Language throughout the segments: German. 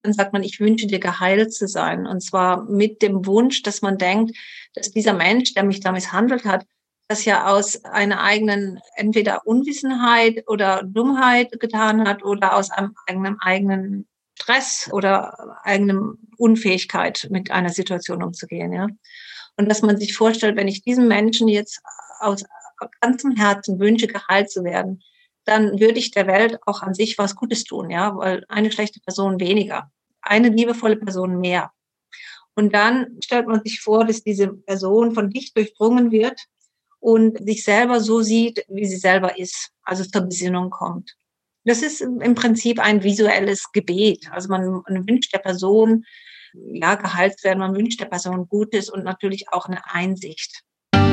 dann sagt man, ich wünsche dir geheilt zu sein. Und zwar mit dem Wunsch, dass man denkt, dass dieser Mensch, der mich da misshandelt hat, das ja aus einer eigenen, entweder Unwissenheit oder Dummheit getan hat oder aus einem eigenen Stress oder eigenem Unfähigkeit mit einer Situation umzugehen, ja. Und dass man sich vorstellt, wenn ich diesem Menschen jetzt aus ganzem Herzen wünsche, geheilt zu werden, dann würde ich der Welt auch an sich was Gutes tun, ja, weil eine schlechte Person weniger, eine liebevolle Person mehr. Und dann stellt man sich vor, dass diese Person von Licht durchdrungen wird und sich selber so sieht, wie sie selber ist, also zur Besinnung kommt. Das ist im Prinzip ein visuelles Gebet. Also man wünscht der Person, ja, geheilt zu werden, man wünscht der Person Gutes und natürlich auch eine Einsicht.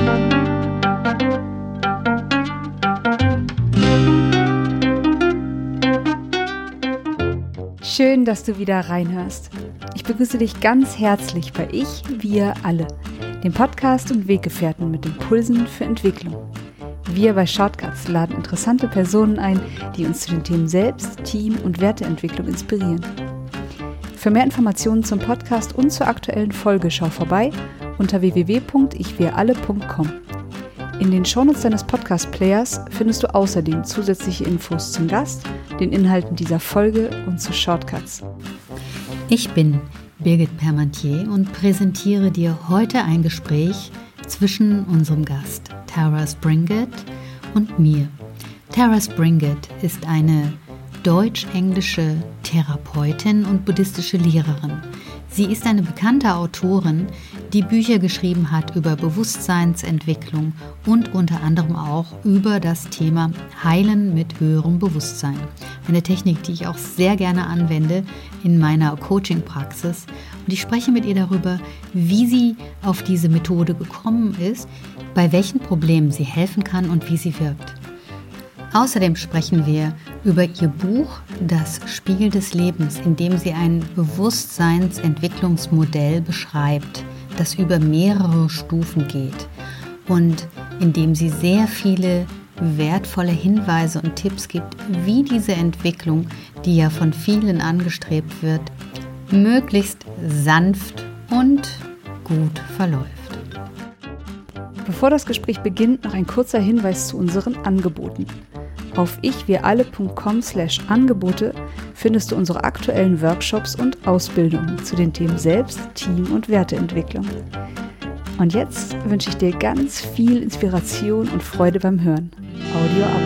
Schön, dass du wieder reinhörst. Ich begrüße dich ganz herzlich bei Ich, Wir alle, dem Podcast und Weggefährten mit Impulsen für Entwicklung. Wir bei Shortcuts laden interessante Personen ein, die uns zu den Themen Selbst-, Team- und Werteentwicklung inspirieren. Für mehr Informationen zum Podcast und zur aktuellen Folge schau vorbei unter www.ichwiralle.com. In den Shownotes deines Podcast-Players findest du außerdem zusätzliche Infos zum Gast, den Inhalten dieser Folge und zu Shortcuts. Ich bin Birgit Permantier und präsentiere dir heute ein Gespräch zwischen unserem Gast Tara Springett und mir. Tara Springett ist eine deutsch-englische Therapeutin und buddhistische Lehrerin. Sie ist eine bekannte Autorin, die Bücher geschrieben hat über Bewusstseinsentwicklung und unter anderem auch über das Thema Heilen mit höherem Bewusstsein. Eine Technik, die ich auch sehr gerne anwende in meiner Coaching-Praxis. Und ich spreche mit ihr darüber, wie sie auf diese Methode gekommen ist, bei welchen Problemen sie helfen kann und wie sie wirkt. Außerdem sprechen wir über ihr Buch Das Spiegel des Lebens, in dem sie ein Bewusstseinsentwicklungsmodell beschreibt, das über mehrere Stufen geht und in dem sie sehr viele wertvolle Hinweise und Tipps gibt, wie diese Entwicklung, die ja von vielen angestrebt wird, möglichst sanft und gut verläuft. Bevor das Gespräch beginnt, noch ein kurzer Hinweis zu unseren Angeboten. Auf ichwiralle.com/Angebote findest du unsere aktuellen Workshops und Ausbildungen zu den Themen Selbst-, Team- und Werteentwicklung. Und jetzt wünsche ich dir ganz viel Inspiration und Freude beim Hören. Audio ab.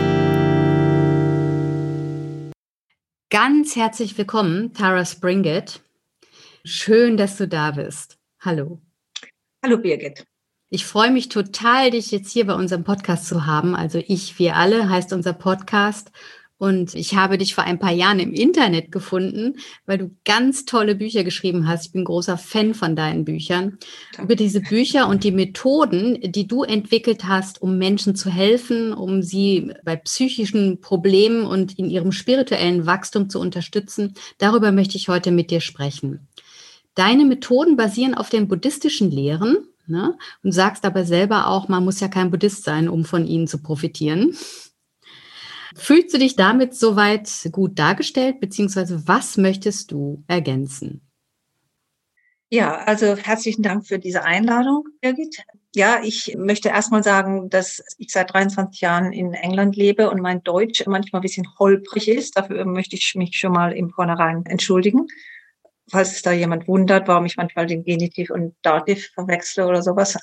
Ganz herzlich willkommen, Tara Springett. Schön, dass du da bist. Hallo. Hallo Birgit. Ich freue mich total, dich jetzt hier bei unserem Podcast zu haben. Also Ich, Wir alle heißt unser Podcast. Und ich habe dich vor ein paar Jahren im Internet gefunden, weil du ganz tolle Bücher geschrieben hast. Ich bin großer Fan von deinen Büchern. Über diese Bücher und die Methoden, die du entwickelt hast, um Menschen zu helfen, um sie bei psychischen Problemen und in ihrem spirituellen Wachstum zu unterstützen. Darüber möchte ich heute mit dir sprechen. Deine Methoden basieren auf den buddhistischen Lehren. Ne? Und sagst aber selber auch, man muss ja kein Buddhist sein, um von ihnen zu profitieren. Fühlst du dich damit soweit gut dargestellt, beziehungsweise was möchtest du ergänzen? Ja, also herzlichen Dank für diese Einladung, Birgit. Ja, ich möchte erstmal sagen, dass ich seit 23 Jahren in England lebe und mein Deutsch manchmal ein bisschen holprig ist. Dafür möchte ich mich schon mal im Vornherein entschuldigen. Falls es da jemand wundert, warum ich manchmal den Genitiv und Dativ verwechsle oder sowas.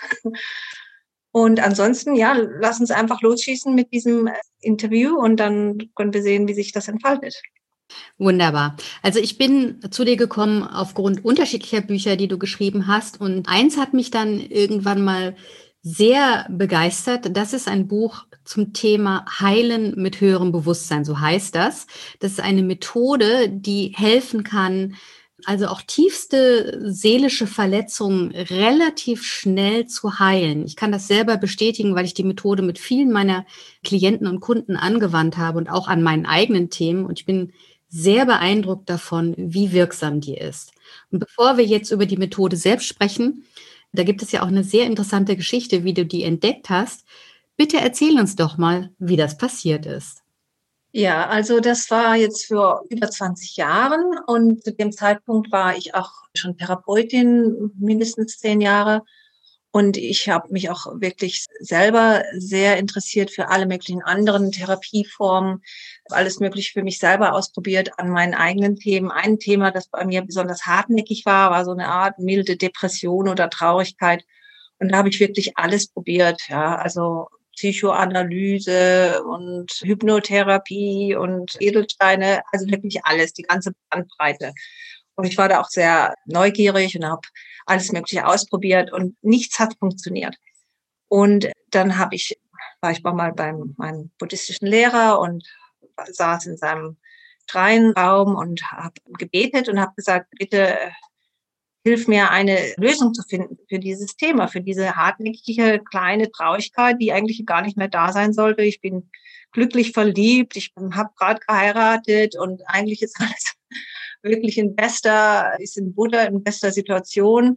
Und ansonsten, ja, lass uns einfach losschießen mit diesem Interview und dann können wir sehen, wie sich das entfaltet. Wunderbar. Also ich bin zu dir gekommen aufgrund unterschiedlicher Bücher, die du geschrieben hast. Und eins hat mich dann irgendwann mal sehr begeistert. Das ist ein Buch zum Thema Heilen mit höherem Bewusstsein. So heißt das. Das ist eine Methode, die helfen kann, also auch tiefste seelische Verletzungen relativ schnell zu heilen. Ich kann das selber bestätigen, weil ich die Methode mit vielen meiner Klienten und Kunden angewandt habe und auch an meinen eigenen Themen. Und ich bin sehr beeindruckt davon, wie wirksam die ist. Und bevor wir jetzt über die Methode selbst sprechen, da gibt es ja auch eine sehr interessante Geschichte, wie du die entdeckt hast. Bitte erzähl uns doch mal, wie das passiert ist. Ja, also das war jetzt für über 20 Jahren und zu dem Zeitpunkt war ich auch schon Therapeutin, mindestens 10 Jahre. Und ich habe mich auch wirklich selber sehr interessiert für alle möglichen anderen Therapieformen, alles Mögliche für mich selber ausprobiert an meinen eigenen Themen. Ein Thema, das bei mir besonders hartnäckig war so eine Art milde Depression oder Traurigkeit. Und da habe ich wirklich alles probiert, ja, also Psychoanalyse und Hypnotherapie und Edelsteine, also wirklich alles, die ganze Bandbreite. Und ich war da auch sehr neugierig und habe alles Mögliche ausprobiert und nichts hat funktioniert. Und dann war ich mal beim meinem buddhistischen Lehrer und saß in seinem Schreinraum und habe gebetet und habe gesagt, bitte hilf mir, eine Lösung zu finden für dieses Thema, für diese hartnäckige kleine Traurigkeit, die eigentlich gar nicht mehr da sein sollte. Ich bin glücklich verliebt, ich habe gerade geheiratet und eigentlich ist alles wirklich ist in Buddha in bester Situation.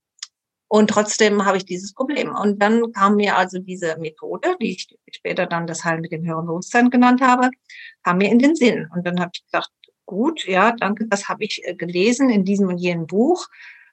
Und trotzdem habe ich dieses Problem. Und dann kam mir also diese Methode, die ich später dann das Heilen mit dem höheren Bewusstsein genannt habe, kam mir in den Sinn. Und dann habe ich gedacht, gut, ja, danke, das habe ich gelesen in diesem und jenem Buch.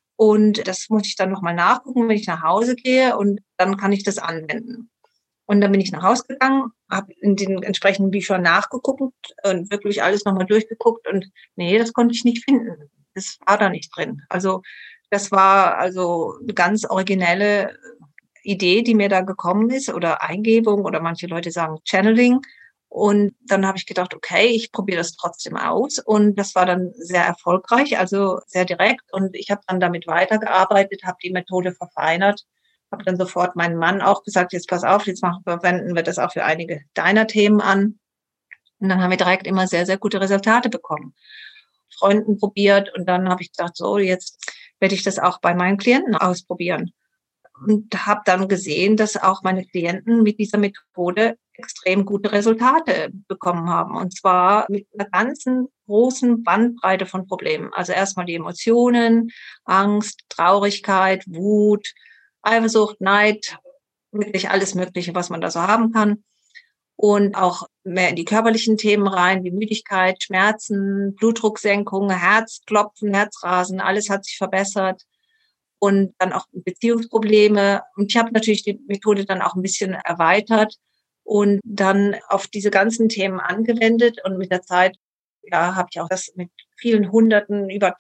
Und das muss ich dann nochmal nachgucken, wenn ich nach Hause gehe und dann kann ich das anwenden. Und dann bin ich nach Hause gegangen, habe in den entsprechenden Büchern nachgeguckt und wirklich alles nochmal durchgeguckt und nee, das konnte ich nicht finden. Das war da nicht drin. Also das war also eine ganz originelle Idee, die mir da gekommen ist oder Eingebung oder manche Leute sagen Channeling. Und dann habe ich gedacht, okay, ich probiere das trotzdem aus. Und das war dann sehr erfolgreich, also sehr direkt. Und ich habe dann damit weitergearbeitet, habe die Methode verfeinert, habe dann sofort meinem Mann auch gesagt, jetzt pass auf, wenden wir das auch für einige deiner Themen an. Und dann haben wir direkt immer sehr, sehr gute Resultate bekommen. Freunden probiert und dann habe ich gedacht, so, jetzt werde ich das auch bei meinen Klienten ausprobieren. Und habe dann gesehen, dass auch meine Klienten mit dieser Methode extrem gute Resultate bekommen haben. Und zwar mit einer ganzen großen Bandbreite von Problemen. Also erstmal die Emotionen, Angst, Traurigkeit, Wut, Eifersucht, Neid, wirklich alles Mögliche, was man da so haben kann. Und auch mehr in die körperlichen Themen rein, wie Müdigkeit, Schmerzen, Blutdrucksenkung, Herzklopfen, Herzrasen, alles hat sich verbessert. Und dann auch Beziehungsprobleme. Und ich habe natürlich die Methode dann auch ein bisschen erweitert und dann auf diese ganzen Themen angewendet. Und mit der Zeit, ja, habe ich auch das mit vielen Hunderten, über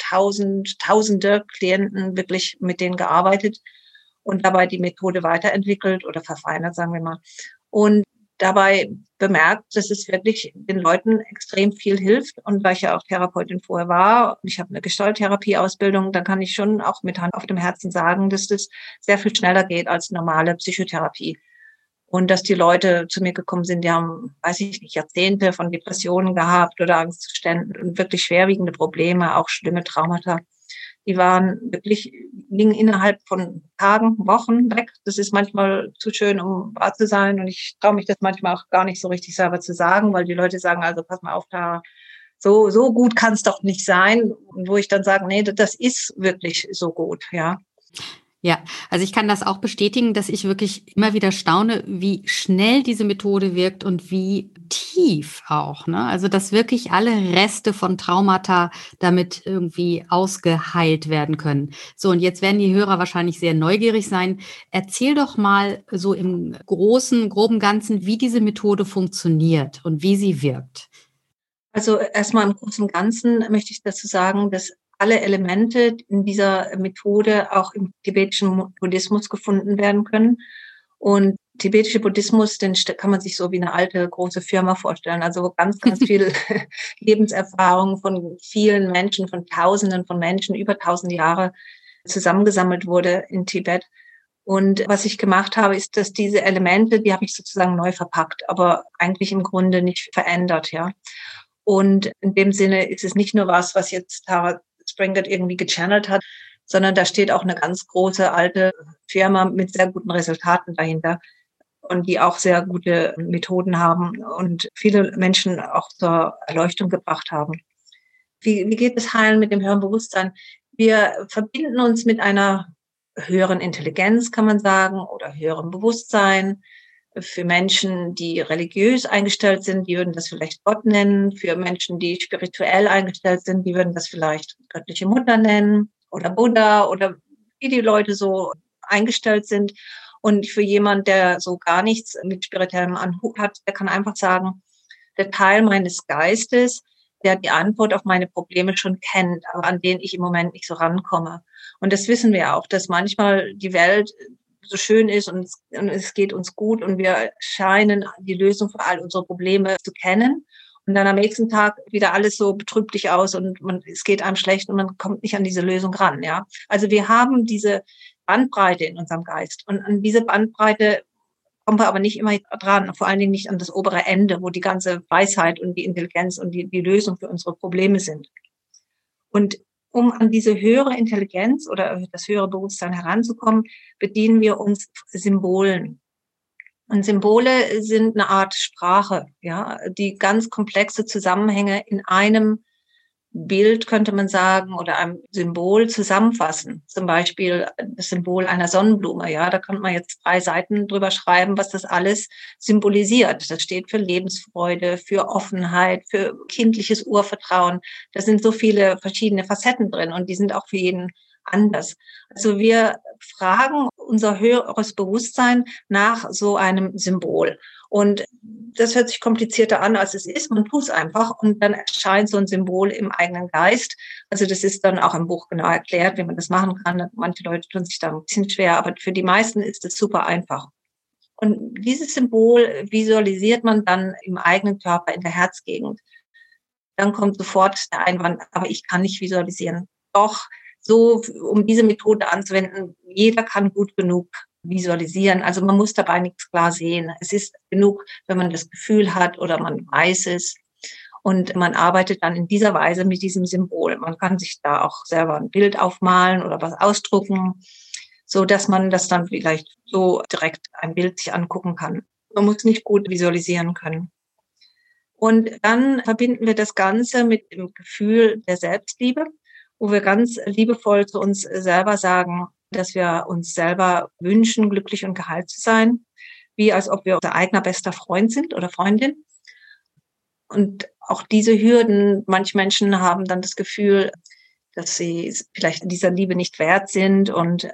Tausende Klienten wirklich mit denen gearbeitet und dabei die Methode weiterentwickelt oder verfeinert, sagen wir mal. Und dabei bemerkt, dass es wirklich den Leuten extrem viel hilft. Und weil ich ja auch Therapeutin vorher war, ich habe eine Gestalttherapie-Ausbildung, dann kann ich schon auch mit Hand auf dem Herzen sagen, dass das sehr viel schneller geht als normale Psychotherapie. Und dass die Leute zu mir gekommen sind, die haben, weiß ich nicht, Jahrzehnte von Depressionen gehabt oder Angstzuständen und wirklich schwerwiegende Probleme, auch schlimme Traumata. Die liegen innerhalb von Tagen, Wochen weg. Das ist manchmal zu schön, um wahr zu sein. Und ich traue mich das manchmal auch gar nicht so richtig selber zu sagen, weil die Leute sagen, also pass mal auf, so gut kann es doch nicht sein. Und wo ich dann sage, nee, das ist wirklich so gut, ja. Ja, also ich kann das auch bestätigen, dass ich wirklich immer wieder staune, wie schnell diese Methode wirkt und wie tief auch, ne? Also, dass wirklich alle Reste von Traumata damit irgendwie ausgeheilt werden können. So, und jetzt werden die Hörer wahrscheinlich sehr neugierig sein. Erzähl doch mal so im groben Ganzen, wie diese Methode funktioniert und wie sie wirkt. Also erstmal im Großen und Ganzen möchte ich dazu sagen, dass alle Elemente in dieser Methode auch im tibetischen Buddhismus gefunden werden können. Und tibetische Buddhismus, den kann man sich so wie eine alte große Firma vorstellen. Also ganz, ganz viel Lebenserfahrung von vielen Menschen, von Tausenden von Menschen, über 1000 Jahre zusammengesammelt wurde in Tibet. Und was ich gemacht habe, ist, dass diese Elemente, die habe ich sozusagen neu verpackt, aber eigentlich im Grunde nicht verändert, ja. Und in dem Sinne ist es nicht nur was jetzt Tara Springett irgendwie gechannelt hat, sondern da steht auch eine ganz große alte Firma mit sehr guten Resultaten dahinter und die auch sehr gute Methoden haben und viele Menschen auch zur Erleuchtung gebracht haben. Wie geht es Heilen mit dem höheren Bewusstsein? Wir verbinden uns mit einer höheren Intelligenz, kann man sagen, oder höherem Bewusstsein. Für Menschen, die religiös eingestellt sind, die würden das vielleicht Gott nennen. Für Menschen, die spirituell eingestellt sind, die würden das vielleicht göttliche Mutter nennen oder Buddha oder wie die Leute so eingestellt sind. Und für jemand, der so gar nichts mit spirituellem Anhut hat, der kann einfach sagen, der Teil meines Geistes, der die Antwort auf meine Probleme schon kennt, aber an denen ich im Moment nicht so rankomme. Und das wissen wir auch, dass manchmal die Welt so schön ist und es geht uns gut und wir scheinen die Lösung für all unsere Probleme zu kennen. Und dann am nächsten Tag wieder alles so betrüblich aus und es geht einem schlecht und man kommt nicht an diese Lösung ran. Ja, also wir haben diese Bandbreite in unserem Geist und an diese Bandbreite kommen wir aber nicht immer dran, vor allen Dingen nicht an das obere Ende, wo die ganze Weisheit und die Intelligenz und die Lösung für unsere Probleme sind. Und um an diese höhere Intelligenz oder das höhere Bewusstsein heranzukommen, bedienen wir uns Symbolen. Und Symbole sind eine Art Sprache, ja, die ganz komplexe Zusammenhänge in einem Bild, könnte man sagen, oder einem Symbol zusammenfassen. Zum Beispiel das Symbol einer Sonnenblume. Ja, da kann man jetzt 3 Seiten drüber schreiben, was das alles symbolisiert. Das steht für Lebensfreude, für Offenheit, für kindliches Urvertrauen. Da sind so viele verschiedene Facetten drin und die sind auch für jeden anders. Also wir fragen unser höheres Bewusstsein nach so einem Symbol. Und das hört sich komplizierter an, als es ist. Man tut es einfach und dann erscheint so ein Symbol im eigenen Geist. Also das ist dann auch im Buch genau erklärt, wie man das machen kann. Manche Leute tun sich da ein bisschen schwer, aber für die meisten ist es super einfach. Und dieses Symbol visualisiert man dann im eigenen Körper, in der Herzgegend. Dann kommt sofort der Einwand, aber ich kann nicht visualisieren. Doch, so, um diese Methode anzuwenden, jeder kann gut genug visualisieren. Also man muss dabei nichts klar sehen. Es ist genug, wenn man das Gefühl hat oder man weiß es. Und man arbeitet dann in dieser Weise mit diesem Symbol. Man kann sich da auch selber ein Bild aufmalen oder was ausdrucken, so dass man das dann vielleicht so direkt ein Bild sich angucken kann. Man muss nicht gut visualisieren können. Und dann verbinden wir das Ganze mit dem Gefühl der Selbstliebe, wo wir ganz liebevoll zu uns selber sagen, dass wir uns selber wünschen, glücklich und geheilt zu sein, wie als ob wir unser eigener bester Freund sind oder Freundin. Und auch diese Hürden, manche Menschen haben dann das Gefühl, dass sie vielleicht dieser Liebe nicht wert sind. Und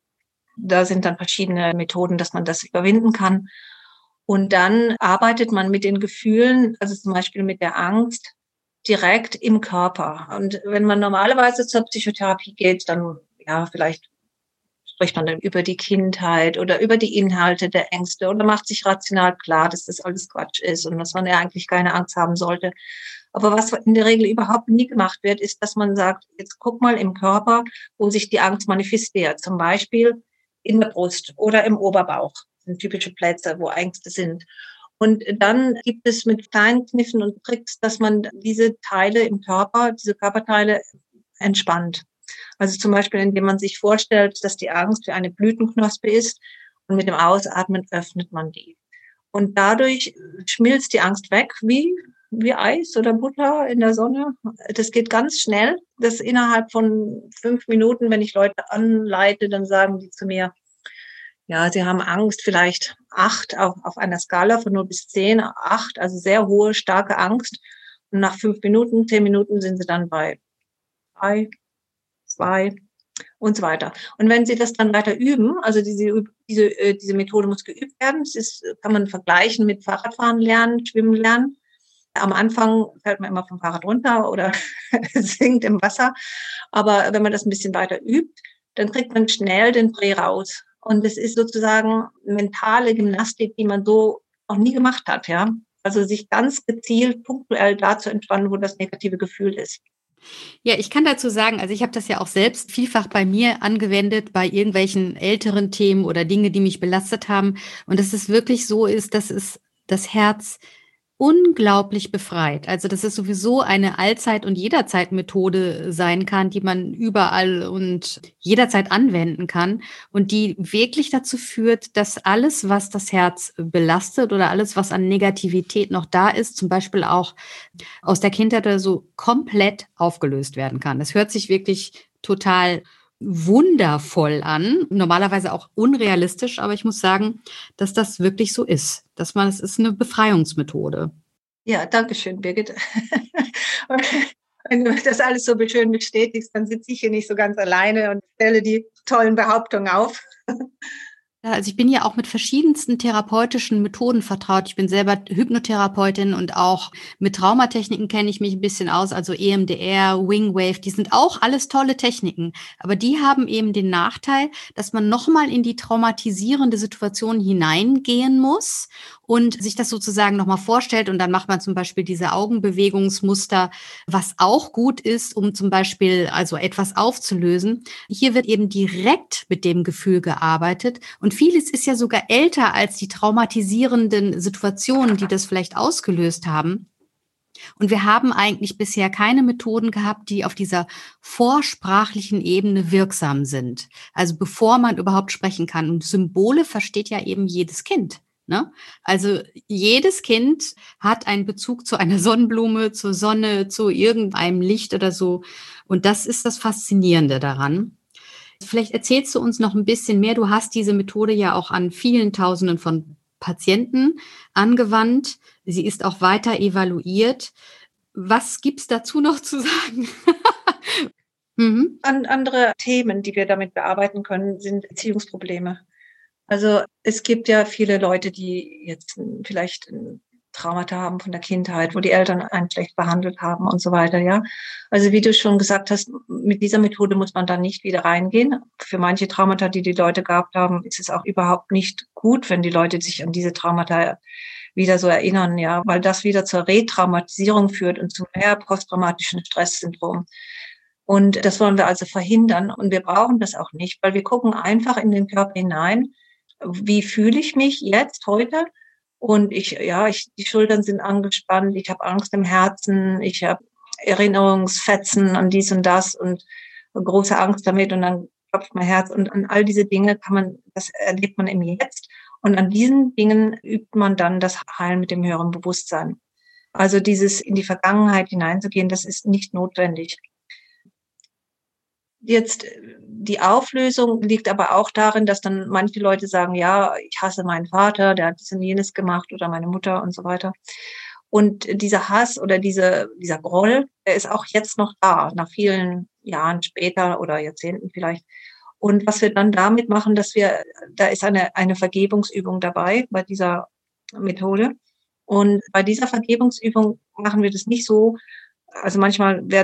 da sind dann verschiedene Methoden, dass man das überwinden kann. Und dann arbeitet man mit den Gefühlen, also zum Beispiel mit der Angst, direkt im Körper. Und wenn man normalerweise zur Psychotherapie geht, dann ja, vielleicht spricht man dann über die Kindheit oder über die Inhalte der Ängste oder macht sich rational klar, dass das alles Quatsch ist und dass man ja eigentlich keine Angst haben sollte. Aber was in der Regel überhaupt nie gemacht wird, ist, dass man sagt, jetzt guck mal im Körper, wo sich die Angst manifestiert. Zum Beispiel in der Brust oder im Oberbauch. Das sind typische Plätze, wo Ängste sind. Und dann gibt es mit kleinen Kniffen und Tricks, dass man diese Teile im Körper, diese Körperteile entspannt. Also zum Beispiel, indem man sich vorstellt, dass die Angst wie eine Blütenknospe ist und mit dem Ausatmen öffnet man die. Und dadurch schmilzt die Angst weg wie Eis oder Butter in der Sonne. Das geht ganz schnell. Das innerhalb von 5 Minuten, wenn ich Leute anleite, dann sagen die zu mir, ja, sie haben Angst, vielleicht 8 auf einer Skala von 0 bis 10, 8, also sehr hohe, starke Angst. Und nach 5 Minuten, 10 Minuten sind sie dann bei 3, 2 und so weiter. Und wenn Sie das dann weiter üben, also diese Methode muss geübt werden, kann man vergleichen mit Fahrradfahren lernen, Schwimmen lernen. Am Anfang fällt man immer vom Fahrrad runter oder sinkt im Wasser. Aber wenn man das ein bisschen weiter übt, dann kriegt man schnell den Dreh raus. Und es ist sozusagen mentale Gymnastik, die man so noch nie gemacht hat, ja. Also sich ganz gezielt, punktuell da zu entspannen, wo das negative Gefühl ist. Ja, ich kann dazu sagen, also ich habe das ja auch selbst vielfach bei mir angewendet, bei irgendwelchen älteren Themen oder Dinge, die mich belastet haben. Und dass es wirklich so ist, dass es das Herz unglaublich befreit. Also dass es sowieso eine Allzeit- und Jederzeit-Methode sein kann, die man überall und jederzeit anwenden kann und die wirklich dazu führt, dass alles, was das Herz belastet oder alles, was an Negativität noch da ist, zum Beispiel auch aus der Kindheit oder so, komplett aufgelöst werden kann. Das hört sich wirklich total wundervoll an, normalerweise auch unrealistisch, aber ich muss sagen, dass das wirklich so ist, es ist eine Befreiungsmethode. Ja, danke schön, Birgit. Wenn du das alles so schön bestätigst, dann sitze ich hier nicht so ganz alleine und stelle die tollen Behauptungen auf. Ja, also ich bin ja auch mit verschiedensten therapeutischen Methoden vertraut. Ich bin selber Hypnotherapeutin und auch mit Traumatechniken kenne ich mich ein bisschen aus, also EMDR, Wingwave, die sind auch alles tolle Techniken. Aber die haben eben den Nachteil, dass man nochmal in die traumatisierende Situation hineingehen muss und sich das sozusagen nochmal vorstellt. Und dann macht man zum Beispiel diese Augenbewegungsmuster, was auch gut ist, um zum Beispiel also etwas aufzulösen. Hier wird eben direkt mit dem Gefühl gearbeitet. Und vieles ist ja sogar älter als die traumatisierenden Situationen, die das vielleicht ausgelöst haben. Und wir haben eigentlich bisher keine Methoden gehabt, die auf dieser vorsprachlichen Ebene wirksam sind. Also bevor man überhaupt sprechen kann. Und Symbole versteht ja eben jedes Kind. Ne? Also jedes Kind hat einen Bezug zu einer Sonnenblume, zur Sonne, zu irgendeinem Licht oder so. Und das ist das Faszinierende daran. Vielleicht erzählst du uns noch ein bisschen mehr. Du hast diese Methode ja auch an vielen Tausenden von Patienten angewandt. Sie ist auch weiter evaluiert. Was gibt's dazu noch zu sagen? Andere Themen, die wir damit bearbeiten können, sind Erziehungsprobleme. Also es gibt ja viele Leute, die jetzt vielleicht Traumata haben von der Kindheit, wo die Eltern einen schlecht behandelt haben und so weiter, ja. Also wie du schon gesagt hast, mit dieser Methode muss man dann nicht wieder reingehen. Für manche Traumata, die Leute gehabt haben, ist es auch überhaupt nicht gut, wenn die Leute sich an diese Traumata wieder so erinnern, ja, weil das wieder zur Retraumatisierung führt und zu mehr posttraumatischen Stresssyndrom. Und das wollen wir also verhindern und wir brauchen das auch nicht, weil wir gucken einfach in den Körper hinein. Wie fühle ich mich jetzt, heute? Und die Schultern sind angespannt, ich habe Angst im Herzen, ich habe Erinnerungsfetzen an dies und das und große Angst damit und dann klopft mein Herz und an all diese Dinge das erlebt man im Jetzt und an diesen Dingen übt man dann das Heilen mit dem höheren Bewusstsein. Also dieses in die Vergangenheit hineinzugehen, das ist nicht notwendig. Jetzt, die Auflösung liegt aber auch darin, dass dann manche Leute sagen, ja, ich hasse meinen Vater, der hat dies und jenes gemacht oder meine Mutter und so weiter. Und dieser Hass oder dieser Groll, der ist auch jetzt noch da, nach vielen Jahren später oder Jahrzehnten vielleicht. Und was wir dann damit machen, da ist eine Vergebungsübung dabei bei dieser Methode. Und bei dieser Vergebungsübung machen wir das nicht so. Also manchmal wird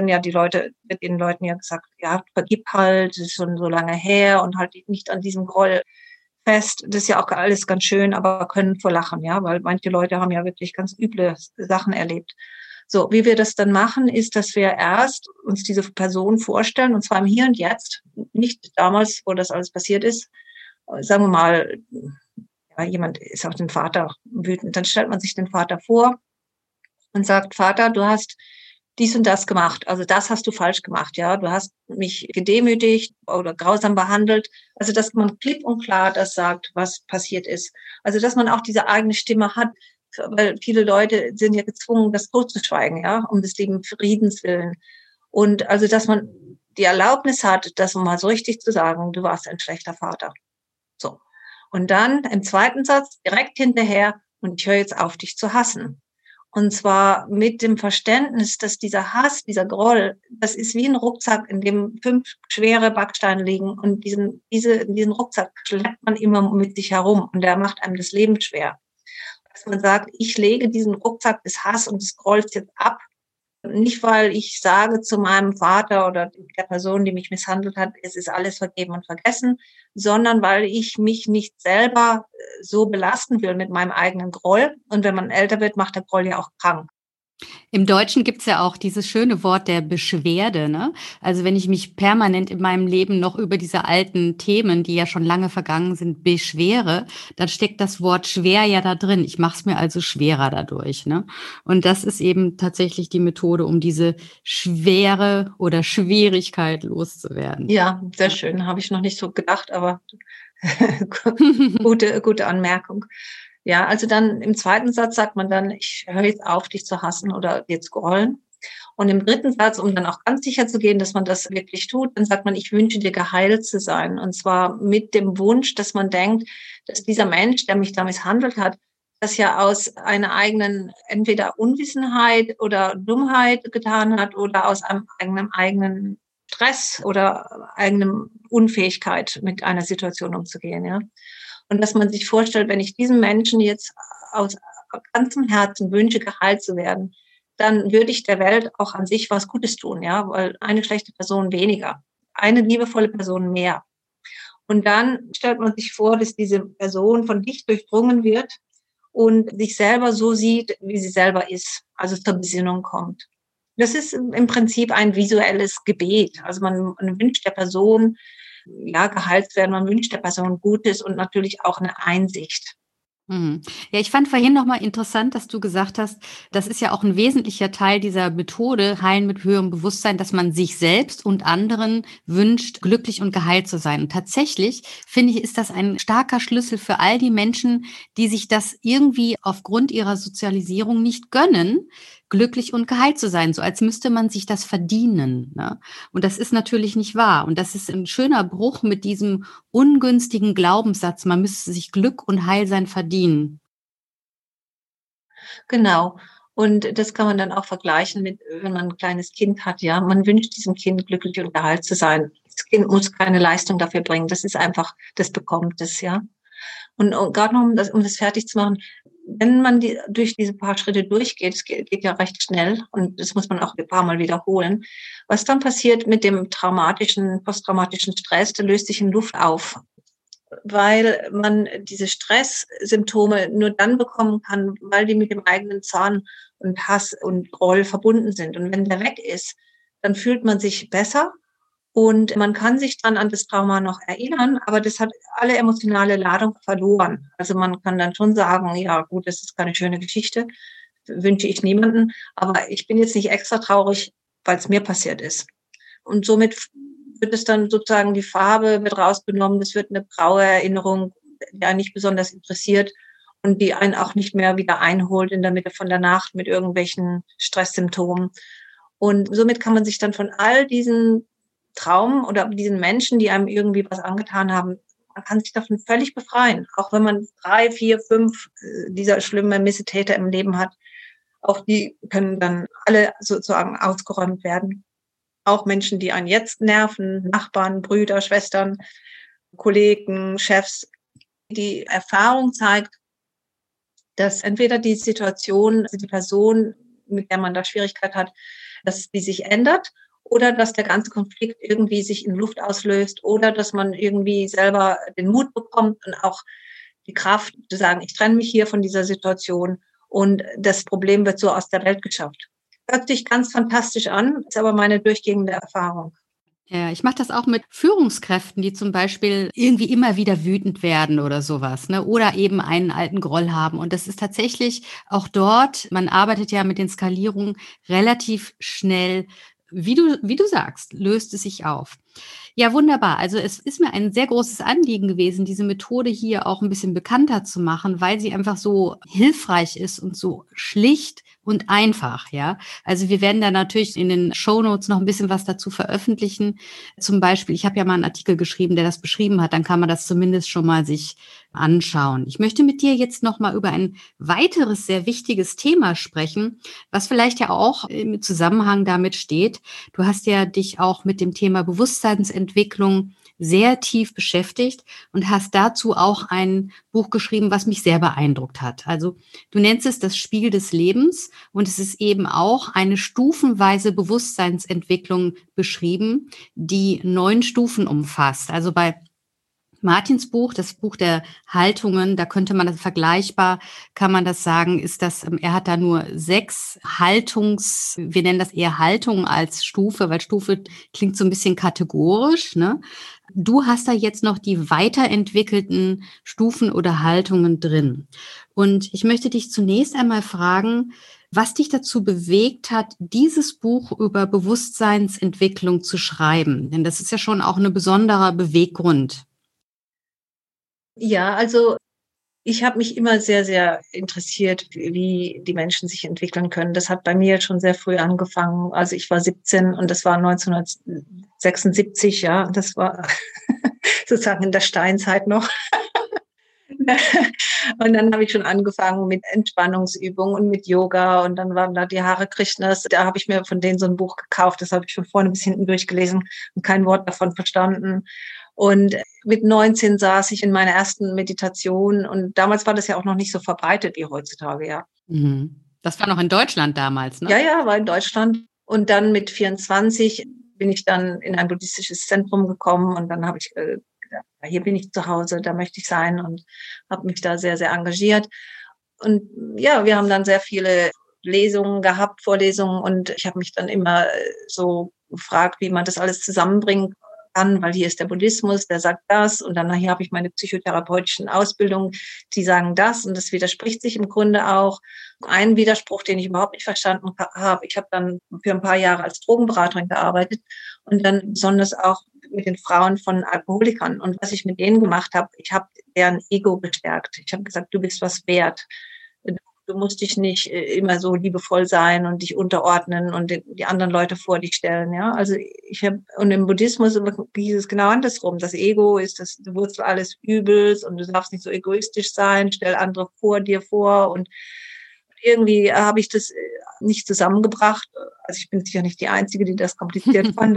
den Leuten ja gesagt, ja, vergib halt, das ist schon so lange her und halt nicht an diesem Groll fest. Das ist ja auch alles ganz schön, aber können vor lachen, ja, weil manche Leute haben ja wirklich ganz üble Sachen erlebt. So, wie wir das dann machen, ist, dass wir erst uns diese Person vorstellen, und zwar im Hier und Jetzt, nicht damals, wo das alles passiert ist. Sagen wir mal, ja, jemand ist auf den Vater wütend, dann stellt man sich den Vater vor und sagt, Vater, du hast dies und das gemacht. Also das hast du falsch gemacht, ja. Du hast mich gedemütigt oder grausam behandelt. Also dass man klipp und klar das sagt, was passiert ist. Also dass man auch diese eigene Stimme hat, weil viele Leute sind ja gezwungen, das totzuschweigen, ja, um des lieben Friedens willen. Und also dass man die Erlaubnis hat, das mal so richtig zu sagen, du warst ein schlechter Vater. So. Und dann im zweiten Satz direkt hinterher, und ich höre jetzt auf, dich zu hassen. Und zwar mit dem Verständnis, dass dieser Hass, dieser Groll, das ist wie ein Rucksack, in dem 5 schwere Backsteine liegen. Und diesen Rucksack schleppt man immer mit sich herum. Und der macht einem das Leben schwer. Dass man sagt, ich lege diesen Rucksack des Hass und des Grolls jetzt ab. Nicht, weil ich sage zu meinem Vater oder der Person, die mich misshandelt hat, es ist alles vergeben und vergessen, sondern weil ich mich nicht selber so belasten will mit meinem eigenen Groll. Und wenn man älter wird, macht der Groll ja auch krank. Im Deutschen gibt's ja auch dieses schöne Wort der Beschwerde, ne? Also wenn ich mich permanent in meinem Leben noch über diese alten Themen, die ja schon lange vergangen sind, beschwere, dann steckt das Wort schwer ja da drin. Ich mache es mir also schwerer dadurch, ne? Und das ist eben tatsächlich die Methode, um diese Schwere oder Schwierigkeit loszuwerden. Ja, sehr schön. Habe ich noch nicht so gedacht, aber gute Anmerkung. Ja, also dann im zweiten Satz sagt man dann, ich höre jetzt auf, dich zu hassen oder dir zu grollen. Und im dritten Satz, um dann auch ganz sicher zu gehen, dass man das wirklich tut, dann sagt man, ich wünsche dir geheilt zu sein. Und zwar mit dem Wunsch, dass man denkt, dass dieser Mensch, der mich da misshandelt hat, das ja aus einer eigenen, entweder Unwissenheit oder Dummheit getan hat oder aus einem eigenen Stress oder eigenem Unfähigkeit mit einer Situation umzugehen, ja. Und dass man sich vorstellt, wenn ich diesem Menschen jetzt aus ganzem Herzen wünsche, geheilt zu werden, dann würde ich der Welt auch an sich was Gutes tun, ja, weil eine schlechte Person weniger, eine liebevolle Person mehr. Und dann stellt man sich vor, dass diese Person von Licht durchdrungen wird und sich selber so sieht, wie sie selber ist, also zur Besinnung kommt. Das ist im Prinzip ein visuelles Gebet. Also man wünscht der Person, ja, geheilt zu werden, man wünscht der Person Gutes und natürlich auch eine Einsicht. Mhm. Ja, ich fand vorhin nochmal interessant, dass du gesagt hast, das ist ja auch ein wesentlicher Teil dieser Methode, Heilen mit höherem Bewusstsein, dass man sich selbst und anderen wünscht, glücklich und geheilt zu sein. Und tatsächlich, finde ich, ist das ein starker Schlüssel für all die Menschen, die sich das irgendwie aufgrund ihrer Sozialisierung nicht gönnen, glücklich und geheilt zu sein, so als müsste man sich das verdienen, ne? Und das ist natürlich nicht wahr. Und das ist ein schöner Bruch mit diesem ungünstigen Glaubenssatz, man müsste sich Glück und Heilsein verdienen. Genau. Und das kann man dann auch vergleichen mit, wenn man ein kleines Kind hat, ja. Man wünscht diesem Kind glücklich und geheilt zu sein. Das Kind muss keine Leistung dafür bringen. Das ist einfach, das bekommt es, ja. Und gerade noch, um das fertig zu machen, wenn man durch diese paar Schritte durchgeht, es geht ja recht schnell und das muss man auch ein paar Mal wiederholen, was dann passiert mit dem posttraumatischen Stress, der löst sich in Luft auf, weil man diese Stresssymptome nur dann bekommen kann, weil die mit dem eigenen Zorn und Hass und Groll verbunden sind. Und wenn der weg ist, dann fühlt man sich besser. Und man kann sich dann an das Trauma noch erinnern, aber das hat alle emotionale Ladung verloren. Also man kann dann schon sagen, ja gut, das ist keine schöne Geschichte, wünsche ich niemanden, aber ich bin jetzt nicht extra traurig, weil es mir passiert ist. Und somit wird es dann sozusagen, die Farbe wird rausgenommen, es wird eine graue Erinnerung, die einen nicht besonders interessiert und die einen auch nicht mehr wieder einholt in der Mitte von der Nacht mit irgendwelchen Stresssymptomen. Und somit kann man sich dann von all diesen Traum oder diesen Menschen, die einem irgendwie was angetan haben, man kann sich davon völlig befreien. Auch wenn man 3, 4, 5 dieser schlimmen Missetäter im Leben hat, auch die können dann alle sozusagen ausgeräumt werden. Auch Menschen, die einen jetzt nerven, Nachbarn, Brüder, Schwestern, Kollegen, Chefs. Die Erfahrung zeigt, dass entweder die Situation, also die Person, mit der man da Schwierigkeit hat, dass die sich ändert, oder dass der ganze Konflikt irgendwie sich in Luft auslöst oder dass man irgendwie selber den Mut bekommt und auch die Kraft zu sagen, ich trenne mich hier von dieser Situation und das Problem wird so aus der Welt geschafft. Hört sich ganz fantastisch an, ist aber meine durchgehende Erfahrung. Ja, ich mache das auch mit Führungskräften, die zum Beispiel irgendwie immer wieder wütend werden oder sowas, ne? Oder eben einen alten Groll haben. Und das ist tatsächlich auch dort, man arbeitet ja mit den Skalierungen relativ schnell, wie du sagst, löst es sich auf. Ja, wunderbar. Also es ist mir ein sehr großes Anliegen gewesen, diese Methode hier auch ein bisschen bekannter zu machen, weil sie einfach so hilfreich ist und so schlicht und einfach, ja. Also wir werden da natürlich in den Shownotes noch ein bisschen was dazu veröffentlichen. Zum Beispiel, ich habe ja mal einen Artikel geschrieben, der das beschrieben hat, dann kann man das zumindest schon mal sich anschauen. Ich möchte mit dir jetzt noch mal über ein weiteres sehr wichtiges Thema sprechen, was vielleicht ja auch im Zusammenhang damit steht. Du hast ja dich auch mit dem Thema Bewusstseinsentwicklung sehr tief beschäftigt und hast dazu auch ein Buch geschrieben, was mich sehr beeindruckt hat. Also du nennst es das Spiel des Lebens und es ist eben auch eine stufenweise Bewusstseinsentwicklung beschrieben, die 9 Stufen umfasst. Also bei Martins Buch, das Buch der Haltungen, da könnte man das vergleichbar, kann man das sagen, ist das, er hat da nur 6 wir nennen das eher Haltungen als Stufe, weil Stufe klingt so ein bisschen kategorisch, ne? Du hast da jetzt noch die weiterentwickelten Stufen oder Haltungen drin. Und ich möchte dich zunächst einmal fragen, was dich dazu bewegt hat, dieses Buch über Bewusstseinsentwicklung zu schreiben. Denn das ist ja schon auch ein besonderer Beweggrund. Ja, also Ich habe mich immer sehr, sehr interessiert, wie die Menschen sich entwickeln können. Das hat bei mir schon sehr früh angefangen. Also ich war 17 und das war 1976, ja. Das war sozusagen in der Steinzeit noch. Und dann habe ich schon angefangen mit Entspannungsübungen und mit Yoga. Und dann waren da die Hare Krishnas. Da habe ich mir von denen so ein Buch gekauft. Das habe ich von vorne bis hinten durchgelesen und kein Wort davon verstanden. Und mit 19 saß ich in meiner ersten Meditation. Und damals war das ja auch noch nicht so verbreitet wie heutzutage, ja. Mhm. Das war noch in Deutschland damals, ne? Ja, ja, war in Deutschland. Und dann mit 24 bin ich dann in ein buddhistisches Zentrum gekommen. Und dann habe ich gedacht, hier bin ich zu Hause, da möchte ich sein, und habe mich da sehr, sehr engagiert. Und ja, wir haben dann sehr viele Lesungen gehabt, Vorlesungen, und ich habe mich dann immer so gefragt, wie man das alles zusammenbringen kann, weil hier ist der Buddhismus, der sagt das, und dann hier habe ich meine psychotherapeutischen Ausbildungen, die sagen das, und das widerspricht sich im Grunde auch. Ein Widerspruch, den ich überhaupt nicht verstanden habe, ich habe dann für ein paar Jahre als Drogenberaterin gearbeitet und dann besonders auch mit den Frauen von Alkoholikern. Und was ich mit denen gemacht habe, ich habe deren Ego gestärkt. Ich habe gesagt, du bist was wert. Du musst dich nicht immer so liebevoll sein und dich unterordnen und die anderen Leute vor dich stellen. Ja, also und im Buddhismus hieß es genau andersrum. Das Ego ist das Wurzel alles Übels und du darfst nicht so egoistisch sein. Stell andere vor dir vor, und irgendwie habe ich das nicht zusammengebracht. Also ich bin sicher nicht die Einzige, die das kompliziert fand.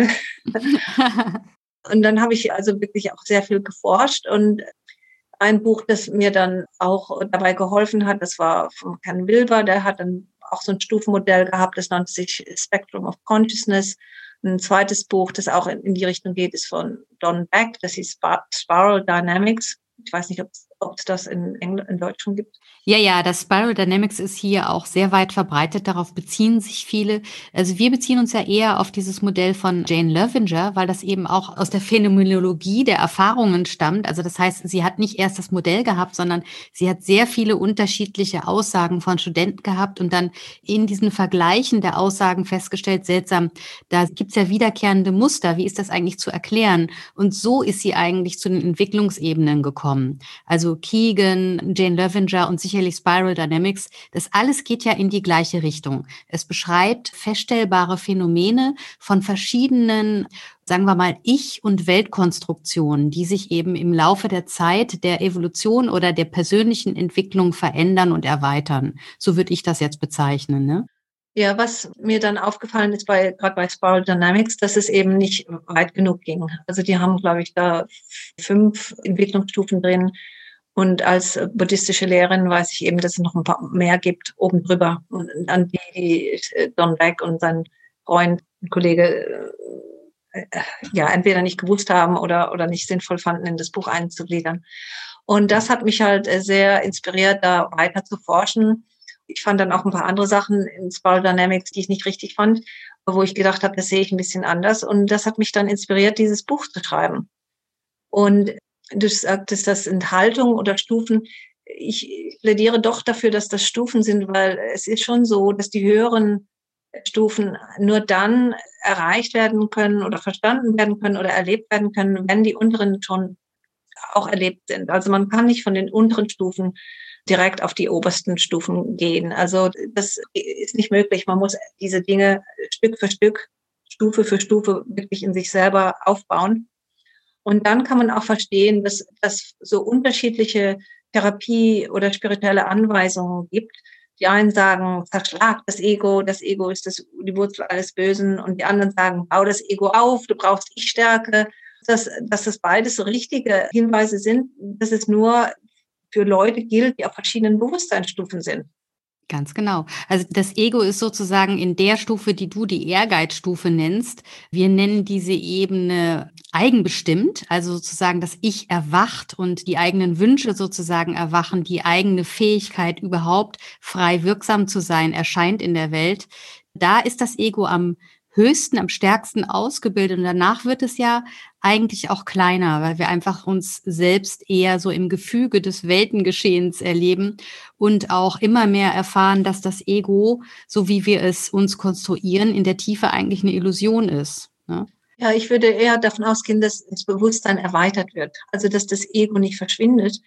Und dann habe ich also wirklich auch sehr viel geforscht, und ein Buch, das mir dann auch dabei geholfen hat, das war von Ken Wilber, der hat dann auch so ein Stufenmodell gehabt, das nannte sich Spectrum of Consciousness. Ein zweites Buch, das auch in die Richtung geht, ist von Don Beck, das hieß Spiral Dynamics. Ich weiß nicht, ob es das in Deutsch schon gibt. Ja, das Spiral Dynamics ist hier auch sehr weit verbreitet. Darauf beziehen sich viele. Also wir beziehen uns ja eher auf dieses Modell von Jane Loevinger, weil das eben auch aus der Phänomenologie der Erfahrungen stammt. Also das heißt, sie hat nicht erst das Modell gehabt, sondern sie hat sehr viele unterschiedliche Aussagen von Studenten gehabt und dann in diesen Vergleichen der Aussagen festgestellt, seltsam, da gibt's ja wiederkehrende Muster. Wie ist das eigentlich zu erklären? Und so ist sie eigentlich zu den Entwicklungsebenen gekommen. Also Kegan, Jane Loevinger und sicherlich Spiral Dynamics, das alles geht ja in die gleiche Richtung. Es beschreibt feststellbare Phänomene von verschiedenen, sagen wir mal, Ich- und Weltkonstruktionen, die sich eben im Laufe der Zeit der Evolution oder der persönlichen Entwicklung verändern und erweitern. So würde ich das jetzt bezeichnen, ne? Ja, was mir dann aufgefallen ist gerade bei Spiral Dynamics, dass es eben nicht weit genug ging. Also die haben, glaube ich, da 5 Entwicklungsstufen drin. Und als buddhistische Lehrerin weiß ich eben, dass es noch ein paar mehr gibt oben drüber. Und an die Don Beck und sein Freund und Kollege ja entweder nicht gewusst haben oder nicht sinnvoll fanden, in das Buch einzugliedern. Und das hat mich halt sehr inspiriert, da weiter zu forschen. Ich fand dann auch ein paar andere Sachen in Spiral Dynamics, die ich nicht richtig fand, wo ich gedacht habe, das sehe ich ein bisschen anders. Und das hat mich dann inspiriert, dieses Buch zu schreiben. Und du sagtest, das sind Haltungen oder Stufen. Ich plädiere doch dafür, dass das Stufen sind, weil es ist schon so, dass die höheren Stufen nur dann erreicht werden können oder verstanden werden können oder erlebt werden können, wenn die unteren schon auch erlebt sind. Also man kann nicht von den unteren Stufen direkt auf die obersten Stufen gehen. Also das ist nicht möglich. Man muss diese Dinge Stück für Stück, Stufe für Stufe wirklich in sich selber aufbauen. Und dann kann man auch verstehen, dass so unterschiedliche Therapie- oder spirituelle Anweisungen gibt. Die einen sagen, verschlag das Ego ist die Wurzel alles Bösen. Und die anderen sagen, bau das Ego auf, du brauchst Ich-Stärke. Dass das beides so richtige Hinweise sind, dass es nur für Leute gilt, die auf verschiedenen Bewusstseinsstufen sind. Ganz genau. Also das Ego ist sozusagen in der Stufe, die du die Ehrgeizstufe nennst. Wir nennen diese Ebene eigenbestimmt, also sozusagen das Ich erwacht und die eigenen Wünsche sozusagen erwachen, die eigene Fähigkeit überhaupt frei wirksam zu sein erscheint in der Welt. Da ist das Ego am höchsten, am stärksten ausgebildet und danach wird es ja eigentlich auch kleiner, weil wir einfach uns selbst eher so im Gefüge des Weltengeschehens erleben und auch immer mehr erfahren, dass das Ego, so wie wir es uns konstruieren, in der Tiefe eigentlich eine Illusion ist, ne? Ja, ich würde eher davon ausgehen, dass das Bewusstsein erweitert wird. Also, dass das Ego nicht verschwindet,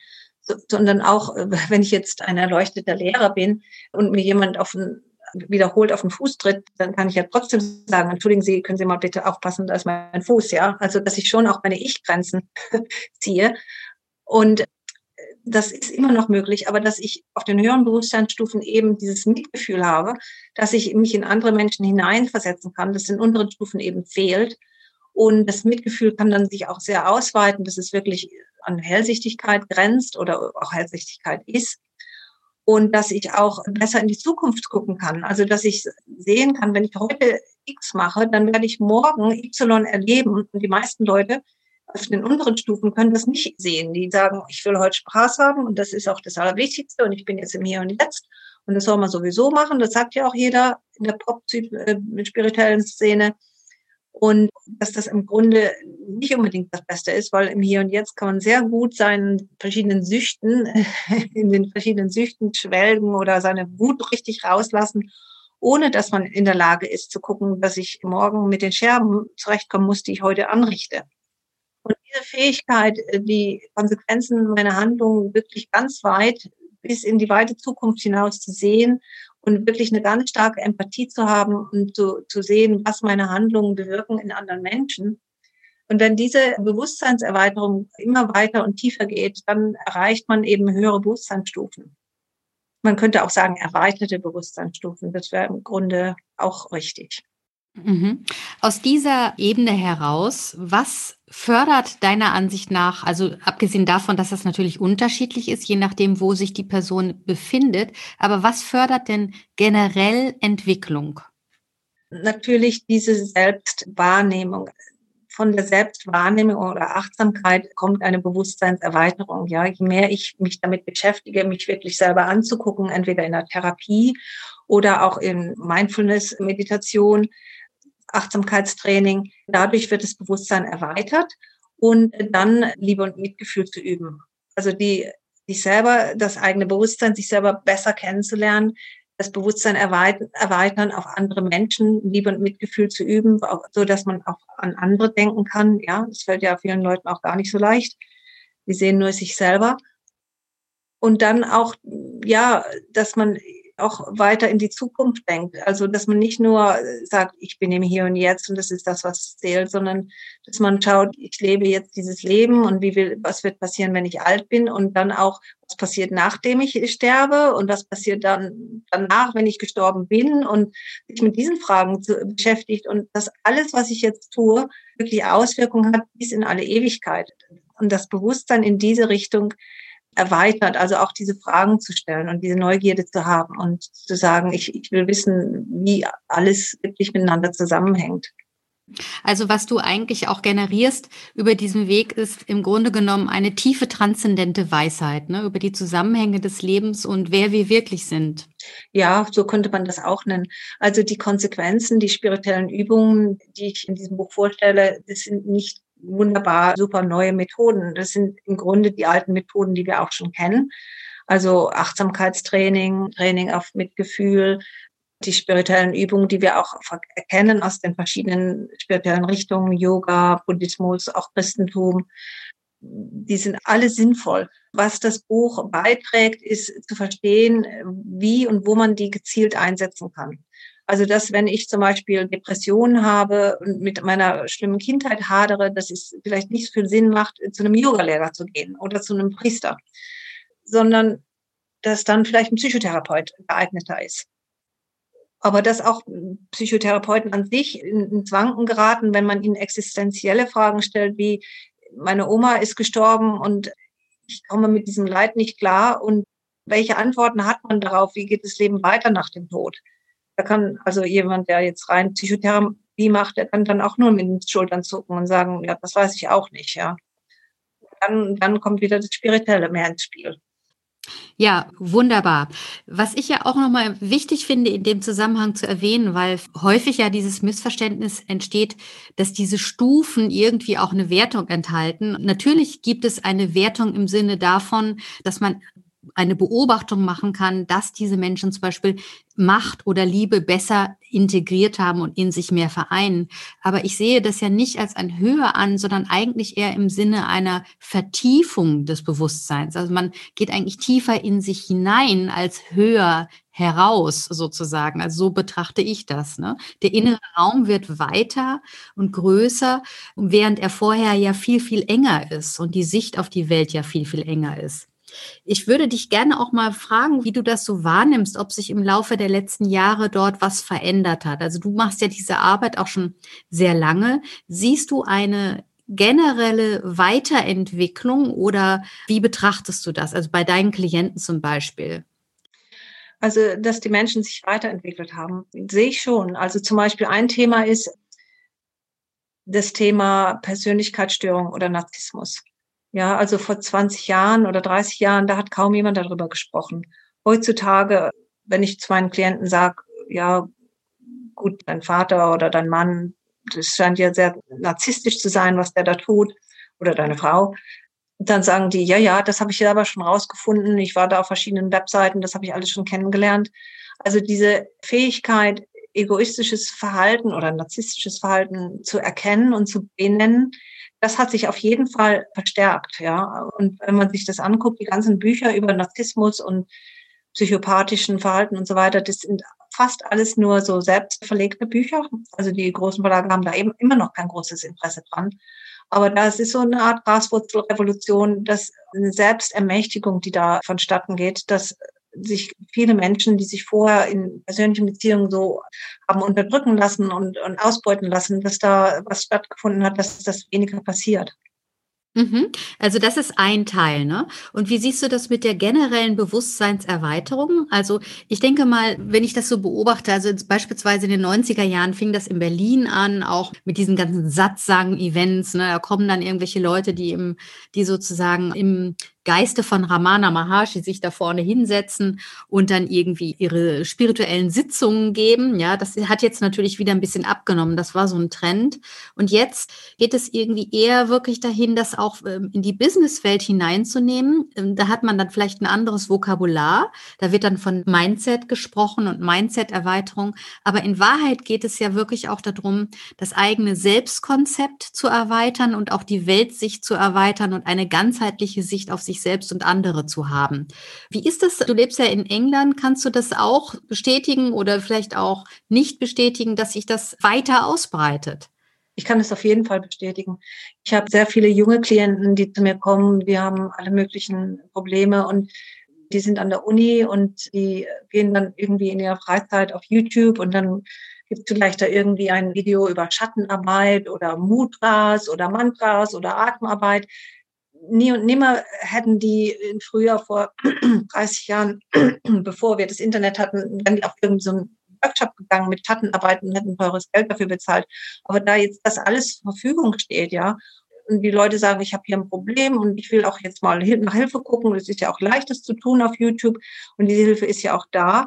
sondern auch, wenn ich jetzt ein erleuchteter Lehrer bin und mir jemand wiederholt auf den Fuß tritt, dann kann ich ja trotzdem sagen, entschuldigen Sie, können Sie mal bitte aufpassen, da ist mein Fuß, ja. Also, dass ich schon auch meine Ich-Grenzen ziehe. Und das ist immer noch möglich, aber dass ich auf den höheren Bewusstseinsstufen eben dieses Mitgefühl habe, dass ich mich in andere Menschen hineinversetzen kann, das in unteren Stufen eben fehlt. Und das Mitgefühl kann dann sich auch sehr ausweiten, dass es wirklich an Hellsichtigkeit grenzt oder auch Hellsichtigkeit ist. Und dass ich auch besser in die Zukunft gucken kann. Also, dass ich sehen kann, wenn ich heute X mache, dann werde ich morgen Y erleben. Und die meisten Leute auf den unteren Stufen können das nicht sehen. Die sagen, ich will heute Spaß haben und das ist auch das Allerwichtigste und ich bin jetzt im Hier und Jetzt. Und das soll man sowieso machen. Das sagt ja auch jeder in der spirituellen Szene. Und dass das im Grunde nicht unbedingt das Beste ist, weil im Hier und Jetzt kann man sehr gut in den verschiedenen Süchten schwelgen oder seine Wut richtig rauslassen, ohne dass man in der Lage ist zu gucken, dass ich morgen mit den Scherben zurechtkommen muss, die ich heute anrichte. Und diese Fähigkeit, die Konsequenzen meiner Handlungen wirklich ganz weit bis in die weite Zukunft hinaus zu sehen und wirklich eine ganz starke Empathie zu haben und zu sehen, was meine Handlungen bewirken in anderen Menschen. Und wenn diese Bewusstseinserweiterung immer weiter und tiefer geht, dann erreicht man eben höhere Bewusstseinsstufen. Man könnte auch sagen, erweiterte Bewusstseinsstufen. Das wäre im Grunde auch richtig. Mhm. Aus dieser Ebene heraus, was fördert deiner Ansicht nach, also abgesehen davon, dass das natürlich unterschiedlich ist, je nachdem, wo sich die Person befindet, aber was fördert denn generell Entwicklung? Natürlich diese Selbstwahrnehmung. Von der Selbstwahrnehmung oder Achtsamkeit kommt eine Bewusstseinserweiterung. Ja, je mehr ich mich damit beschäftige, mich wirklich selber anzugucken, entweder in der Therapie oder auch in Mindfulness-Meditation, Achtsamkeitstraining. Dadurch wird das Bewusstsein erweitert und dann Liebe und Mitgefühl zu üben. Also sich selber, das eigene Bewusstsein, sich selber besser kennenzulernen, das Bewusstsein erweitern auf andere Menschen, Liebe und Mitgefühl zu üben, so dass man auch an andere denken kann. Ja, das fällt ja vielen Leuten auch gar nicht so leicht. Die sehen nur sich selber. Und dann auch, ja, dass man auch weiter in die Zukunft denkt. Also, dass man nicht nur sagt, ich bin im Hier und Jetzt und das ist das, was zählt, sondern dass man schaut, ich lebe jetzt dieses Leben und was wird passieren, wenn ich alt bin und dann auch, was passiert, nachdem ich sterbe und was passiert dann danach, wenn ich gestorben bin und sich mit diesen Fragen beschäftigt und dass alles, was ich jetzt tue, wirklich Auswirkungen hat bis in alle Ewigkeit. Und das Bewusstsein in diese Richtung erweitert, also auch diese Fragen zu stellen und diese Neugierde zu haben und zu sagen, ich will wissen, wie alles wirklich miteinander zusammenhängt. Also was du eigentlich auch generierst über diesen Weg ist im Grunde genommen eine tiefe transzendente Weisheit, ne, über die Zusammenhänge des Lebens und wer wir wirklich sind. Ja, so könnte man das auch nennen. Also die Konsequenzen, die spirituellen Übungen, die ich in diesem Buch vorstelle, das sind nicht wunderbar super neue Methoden. Das sind im Grunde die alten Methoden, die wir auch schon kennen. Also Achtsamkeitstraining, Training auf Mitgefühl, die spirituellen Übungen, die wir auch erkennen aus den verschiedenen spirituellen Richtungen, Yoga, Buddhismus, auch Christentum. Die sind alle sinnvoll. Was das Buch beiträgt, ist zu verstehen, wie und wo man die gezielt einsetzen kann. Also, dass wenn ich zum Beispiel Depressionen habe und mit meiner schlimmen Kindheit hadere, dass es vielleicht nicht so viel Sinn macht, zu einem Yogalehrer zu gehen oder zu einem Priester, sondern dass dann vielleicht ein Psychotherapeut geeigneter ist. Aber dass auch Psychotherapeuten an sich ins Wanken geraten, wenn man ihnen existenzielle Fragen stellt, wie meine Oma ist gestorben und ich komme mit diesem Leid nicht klar und welche Antworten hat man darauf, wie geht das Leben weiter nach dem Tod? Da kann also jemand, der jetzt rein Psychotherapie macht, der kann dann auch nur mit den Schultern zucken und sagen, ja, das weiß ich auch nicht, ja. Dann kommt wieder das Spirituelle mehr ins Spiel. Ja, wunderbar. Was ich ja auch nochmal wichtig finde, in dem Zusammenhang zu erwähnen, weil häufig ja dieses Missverständnis entsteht, dass diese Stufen irgendwie auch eine Wertung enthalten. Natürlich gibt es eine Wertung im Sinne davon, dass man eine Beobachtung machen kann, dass diese Menschen zum Beispiel Macht oder Liebe besser integriert haben und in sich mehr vereinen. Aber ich sehe das ja nicht als ein Höher an, sondern eigentlich eher im Sinne einer Vertiefung des Bewusstseins. Also man geht eigentlich tiefer in sich hinein als höher heraus sozusagen. Also so betrachte ich das, ne? Der innere Raum wird weiter und größer, während er vorher ja viel, viel enger ist und die Sicht auf die Welt ja viel, viel enger ist. Ich würde dich gerne auch mal fragen, wie du das so wahrnimmst, ob sich im Laufe der letzten Jahre dort was verändert hat. Also du machst ja diese Arbeit auch schon sehr lange. Siehst du eine generelle Weiterentwicklung oder wie betrachtest du das? Also bei deinen Klienten zum Beispiel. Also, dass die Menschen sich weiterentwickelt haben, sehe ich schon. Also zum Beispiel ein Thema ist das Thema Persönlichkeitsstörung oder Narzissmus. Ja, also vor 20 Jahren oder 30 Jahren, da hat kaum jemand darüber gesprochen. Heutzutage, wenn ich zu meinen Klienten sage, ja, gut, dein Vater oder dein Mann, das scheint ja sehr narzisstisch zu sein, was der da tut, oder deine Frau, dann sagen die, ja, ja, das habe ich selber schon rausgefunden. Ich war da auf verschiedenen Webseiten, das habe ich alles schon kennengelernt. Also diese Fähigkeit, egoistisches Verhalten oder narzisstisches Verhalten zu erkennen und zu benennen, das hat sich auf jeden Fall verstärkt, ja. Und wenn man sich das anguckt, die ganzen Bücher über Narzissmus und psychopathischen Verhalten und so weiter, das sind fast alles nur so selbst verlegte Bücher. Also die großen Verlage haben da eben immer noch kein großes Interesse dran. Aber das ist so eine Art Graswurzelrevolution, das eine Selbstermächtigung, die da vonstatten geht, dass sich viele Menschen, die sich vorher in persönlichen Beziehungen so haben unterdrücken lassen und ausbeuten lassen, dass da was stattgefunden hat, dass das weniger passiert. Mhm. Also das ist ein Teil, ne? Und wie siehst du das mit der generellen Bewusstseinserweiterung? Also ich denke mal, wenn ich das so beobachte, also jetzt beispielsweise in den 90er Jahren fing das in Berlin an, auch mit diesen ganzen Satsang-Events, ne? Da kommen dann irgendwelche Leute, die sozusagen im Geiste von Ramana Maharshi sich da vorne hinsetzen und dann irgendwie ihre spirituellen Sitzungen geben. Ja, das hat jetzt natürlich wieder ein bisschen abgenommen. Das war so ein Trend. Und jetzt geht es irgendwie eher wirklich dahin, das auch in die Businesswelt hineinzunehmen. Da hat man dann vielleicht ein anderes Vokabular. Da wird dann von Mindset gesprochen und Mindset-Erweiterung. Aber in Wahrheit geht es ja wirklich auch darum, das eigene Selbstkonzept zu erweitern und auch die Weltsicht zu erweitern und eine ganzheitliche Sicht auf sich selbst und andere zu haben. Wie ist das? Du lebst ja in England. Kannst du das auch bestätigen oder vielleicht auch nicht bestätigen, dass sich das weiter ausbreitet? Ich kann es auf jeden Fall bestätigen. Ich habe sehr viele junge Klienten, die zu mir kommen, die haben alle möglichen Probleme und die sind an der Uni und die gehen dann irgendwie in ihrer Freizeit auf YouTube und dann gibt es vielleicht da irgendwie ein Video über Schattenarbeit oder Mudras oder Mantras oder Atemarbeit. Nie und nimmer hätten die früher vor 30 Jahren, bevor wir das Internet hatten, wären die auf irgendeinen so einen Workshop gegangen mit Schattenarbeiten und hätten teures Geld dafür bezahlt. Aber da jetzt das alles zur Verfügung steht, ja, und die Leute sagen, ich habe hier ein Problem und ich will auch jetzt mal nach Hilfe gucken. Es ist ja auch leicht, das zu tun auf YouTube und diese Hilfe ist ja auch da,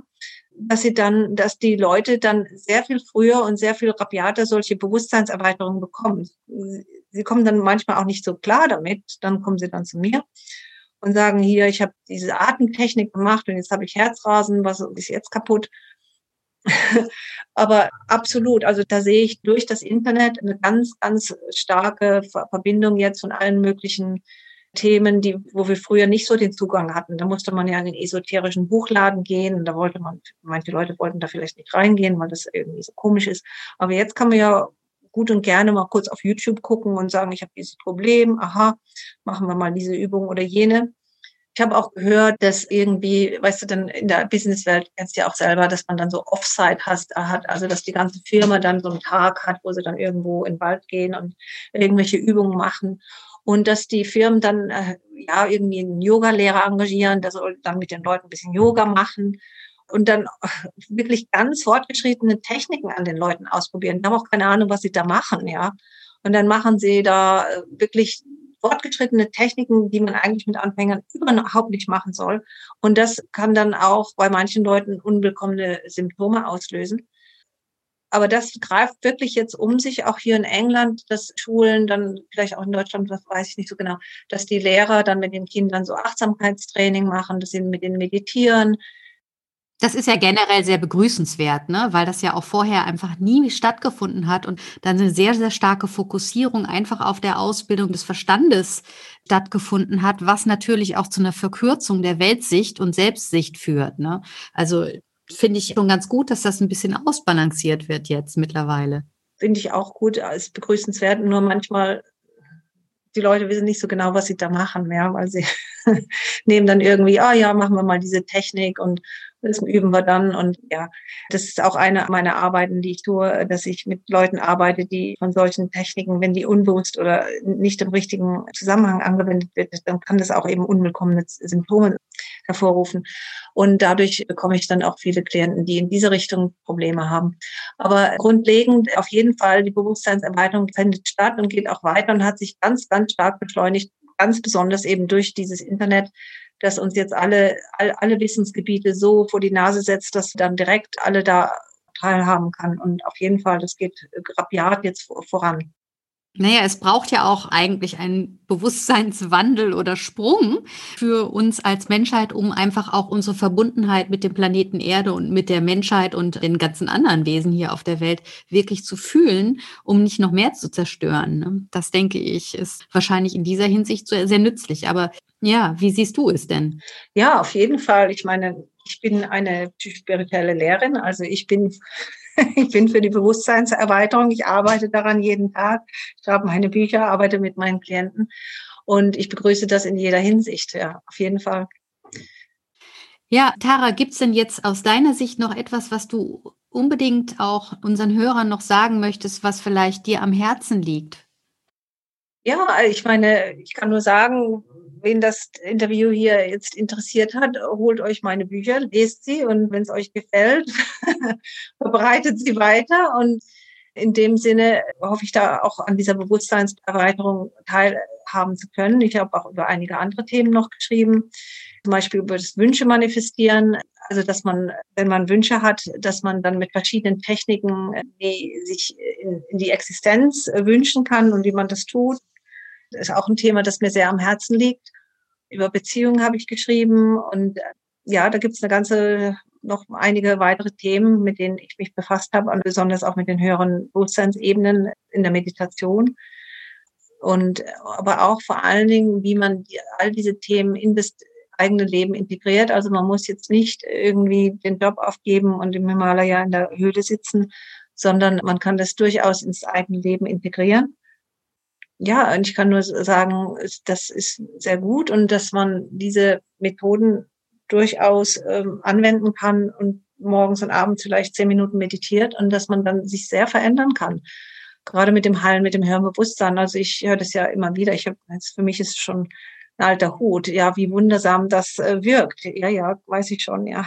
dass die Leute dann sehr viel früher und sehr viel rabiater solche Bewusstseinserweiterungen bekommen. Sie kommen dann manchmal auch nicht so klar damit, dann kommen sie dann zu mir und sagen, hier, ich habe diese Atemtechnik gemacht und jetzt habe ich Herzrasen, was ist jetzt kaputt? Aber absolut, also da sehe ich durch das Internet eine ganz, ganz starke Verbindung jetzt von allen möglichen Themen, wo wir früher nicht so den Zugang hatten. Da musste man ja in den esoterischen Buchladen gehen und manche Leute wollten da vielleicht nicht reingehen, weil das irgendwie so komisch ist. Aber jetzt kann man ja gut und gerne mal kurz auf YouTube gucken und sagen, ich habe dieses Problem, aha, machen wir mal diese Übung oder jene. Ich habe auch gehört, dass irgendwie, weißt du, dann in der Businesswelt kennst du ja auch selber, dass man dann so Offsite hat, also dass die ganze Firma dann so einen Tag hat, wo sie dann irgendwo in den Wald gehen und irgendwelche Übungen machen und dass die Firmen dann ja irgendwie einen Yoga-Lehrer engagieren, der soll dann mit den Leuten ein bisschen Yoga machen und dann wirklich ganz fortgeschrittene Techniken an den Leuten ausprobieren. Die haben auch keine Ahnung, was sie da machen, ja. Und dann machen sie da wirklich fortgeschrittene Techniken, die man eigentlich mit Anfängern überhaupt nicht machen soll. Und das kann dann auch bei manchen Leuten unwillkommene Symptome auslösen. Aber das greift wirklich jetzt um sich, auch hier in England, dass Schulen, dann vielleicht auch in Deutschland, das weiß ich nicht so genau, dass die Lehrer dann mit den Kindern so Achtsamkeitstraining machen, dass sie mit denen meditieren. Das ist ja generell sehr begrüßenswert, ne? Weil das ja auch vorher einfach nie stattgefunden hat und dann eine sehr, sehr starke Fokussierung einfach auf der Ausbildung des Verstandes stattgefunden hat, was natürlich auch zu einer Verkürzung der Weltsicht und Selbstsicht führt, ne? Also, finde ich schon ganz gut, dass das ein bisschen ausbalanciert wird jetzt mittlerweile. Finde ich auch gut, als begrüßenswert. Nur manchmal, die Leute wissen nicht so genau, was sie da machen, ja, weil sie nehmen dann irgendwie, ja, machen wir mal diese Technik und das üben wir dann. Und ja, das ist auch eine meiner Arbeiten, die ich tue, dass ich mit Leuten arbeite, die von solchen Techniken, wenn die unbewusst oder nicht im richtigen Zusammenhang angewendet wird, dann kann das auch eben unwillkommene Symptome hervorrufen. Und dadurch bekomme ich dann auch viele Klienten, die in diese Richtung Probleme haben. Aber grundlegend auf jeden Fall, die Bewusstseinserweiterung findet statt und geht auch weiter und hat sich ganz, ganz stark beschleunigt, ganz besonders eben durch dieses Internet, das uns jetzt alle Wissensgebiete so vor die Nase setzt, dass dann direkt alle da teilhaben kann. Und auf jeden Fall, das geht rabiat jetzt voran. Naja, es braucht ja auch eigentlich einen Bewusstseinswandel oder Sprung für uns als Menschheit, um einfach auch unsere Verbundenheit mit dem Planeten Erde und mit der Menschheit und den ganzen anderen Wesen hier auf der Welt wirklich zu fühlen, um nicht noch mehr zu zerstören, ne? Das, denke ich, ist wahrscheinlich in dieser Hinsicht sehr, sehr nützlich. Aber ja, wie siehst du es denn? Ja, auf jeden Fall. Ich meine, ich bin eine spirituelle Lehrerin, also ich bin für die Bewusstseinserweiterung. Ich arbeite daran jeden Tag. Ich schreibe meine Bücher, arbeite mit meinen Klienten und ich begrüße das in jeder Hinsicht. Ja, auf jeden Fall. Ja, Tara, gibt's denn jetzt aus deiner Sicht noch etwas, was du unbedingt auch unseren Hörern noch sagen möchtest, was vielleicht dir am Herzen liegt? Ja, ich meine, ich kann nur sagen, wen das Interview hier jetzt interessiert hat, holt euch meine Bücher, lest sie und wenn es euch gefällt, verbreitet sie weiter. Und in dem Sinne hoffe ich da auch an dieser Bewusstseinserweiterung teilhaben zu können. Ich habe auch über einige andere Themen noch geschrieben, zum Beispiel über das Wünsche manifestieren. Also, dass man, wenn man Wünsche hat, dass man dann mit verschiedenen Techniken die sich in die Existenz wünschen kann und wie man das tut. Das ist auch ein Thema, das mir sehr am Herzen liegt. Über Beziehungen habe ich geschrieben und ja, da gibt es noch einige weitere Themen, mit denen ich mich befasst habe, und besonders auch mit den höheren Bewusstseinsebenen in der Meditation. Und aber auch vor allen Dingen, wie man all diese Themen in das eigene Leben integriert. Also man muss jetzt nicht irgendwie den Job aufgeben und im Himalaya in der Höhle sitzen, sondern man kann das durchaus ins eigene Leben integrieren. Ja, und ich kann nur sagen, das ist sehr gut und dass man diese Methoden durchaus anwenden kann und morgens und abends vielleicht 10 Minuten meditiert und dass man dann sich sehr verändern kann. Gerade mit dem Heilen, mit dem höheren Bewusstsein. Also ich höre das ja immer wieder. Für mich ist es schon ein alter Hut. Ja, wie wundersam das wirkt. Ja, weiß ich schon, ja.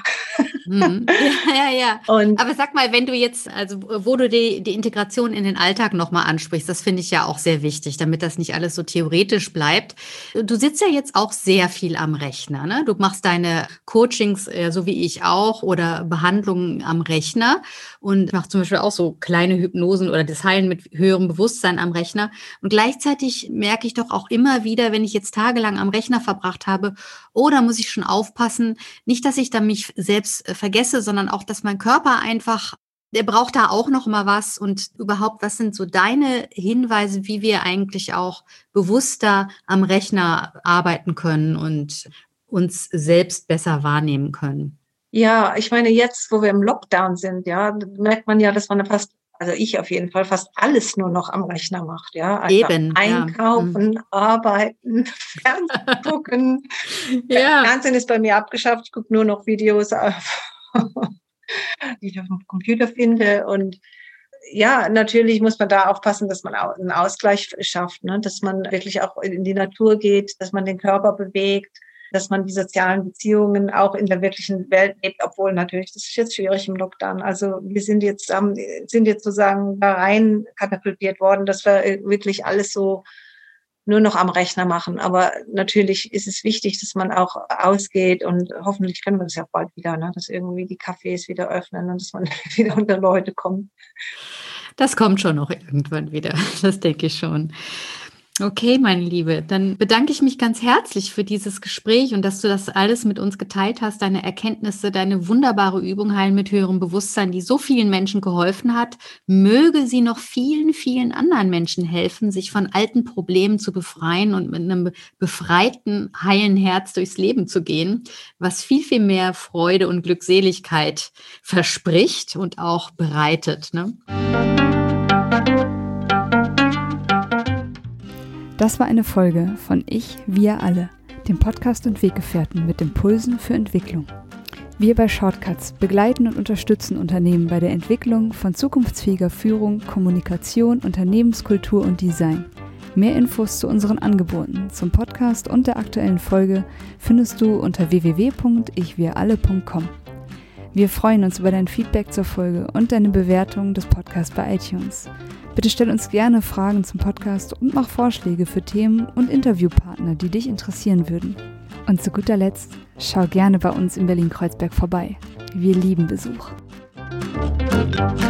Ja. Und Aber sag mal, wenn du jetzt, also wo du die Integration in den Alltag nochmal ansprichst, das finde ich ja auch sehr wichtig, damit das nicht alles so theoretisch bleibt. Du sitzt ja jetzt auch sehr viel am Rechner, ne? Du machst deine Coachings, so wie ich auch, oder Behandlungen am Rechner und machst zum Beispiel auch so kleine Hypnosen oder das Heilen mit höherem Bewusstsein am Rechner. Und gleichzeitig merke ich doch auch immer wieder, wenn ich jetzt tagelang am Rechner verbracht habe, oh, da muss ich schon aufpassen, nicht, dass ich da mich selbst vergesse, sondern auch, dass mein Körper einfach, der braucht da auch noch mal was. Und überhaupt, was sind so deine Hinweise, wie wir eigentlich auch bewusster am Rechner arbeiten können und uns selbst besser wahrnehmen können? ja, ich meine, jetzt, wo wir im Lockdown sind, ja, merkt man ja, dass man also ich auf jeden Fall fast alles nur noch am Rechner macht, ja. Also Eben, einkaufen, arbeiten, Fernsehen gucken. Ja. Fernsehen ist bei mir abgeschafft. Ich gucke nur noch Videos, die ich auf dem Computer finde. Und ja, natürlich muss man da aufpassen, dass man einen Ausgleich schafft, ne? Dass man wirklich auch in die Natur geht, dass man den Körper bewegt, dass man die sozialen Beziehungen auch in der wirklichen Welt lebt, obwohl natürlich, das ist jetzt schwierig im Lockdown. Also wir sind jetzt sozusagen da rein katapultiert worden, dass wir wirklich alles so nur noch am Rechner machen. Aber natürlich ist es wichtig, dass man auch ausgeht und hoffentlich können wir das ja bald wieder, ne? Dass irgendwie die Cafés wieder öffnen und dass man wieder unter Leute kommt. Das kommt schon noch irgendwann wieder, das denke ich schon. Okay, meine Liebe, dann bedanke ich mich ganz herzlich für dieses Gespräch und dass du das alles mit uns geteilt hast, deine Erkenntnisse, deine wunderbare Übung Heilen mit höherem Bewusstsein, die so vielen Menschen geholfen hat. Möge sie noch vielen, vielen anderen Menschen helfen, sich von alten Problemen zu befreien und mit einem befreiten, heilen Herz durchs Leben zu gehen, was viel, viel mehr Freude und Glückseligkeit verspricht und auch bereitet, ne? Das war eine Folge von Ich, wir alle, dem Podcast und Weggefährten mit Impulsen für Entwicklung. Wir bei Shortcuts begleiten und unterstützen Unternehmen bei der Entwicklung von zukunftsfähiger Führung, Kommunikation, Unternehmenskultur und Design. Mehr Infos zu unseren Angeboten, zum Podcast und der aktuellen Folge findest du unter www.ichwiralle.com. Wir freuen uns über dein Feedback zur Folge und deine Bewertung des Podcasts bei iTunes. Bitte stell uns gerne Fragen zum Podcast und mach Vorschläge für Themen und Interviewpartner, die dich interessieren würden. Und zu guter Letzt, schau gerne bei uns in Berlin-Kreuzberg vorbei. Wir lieben Besuch.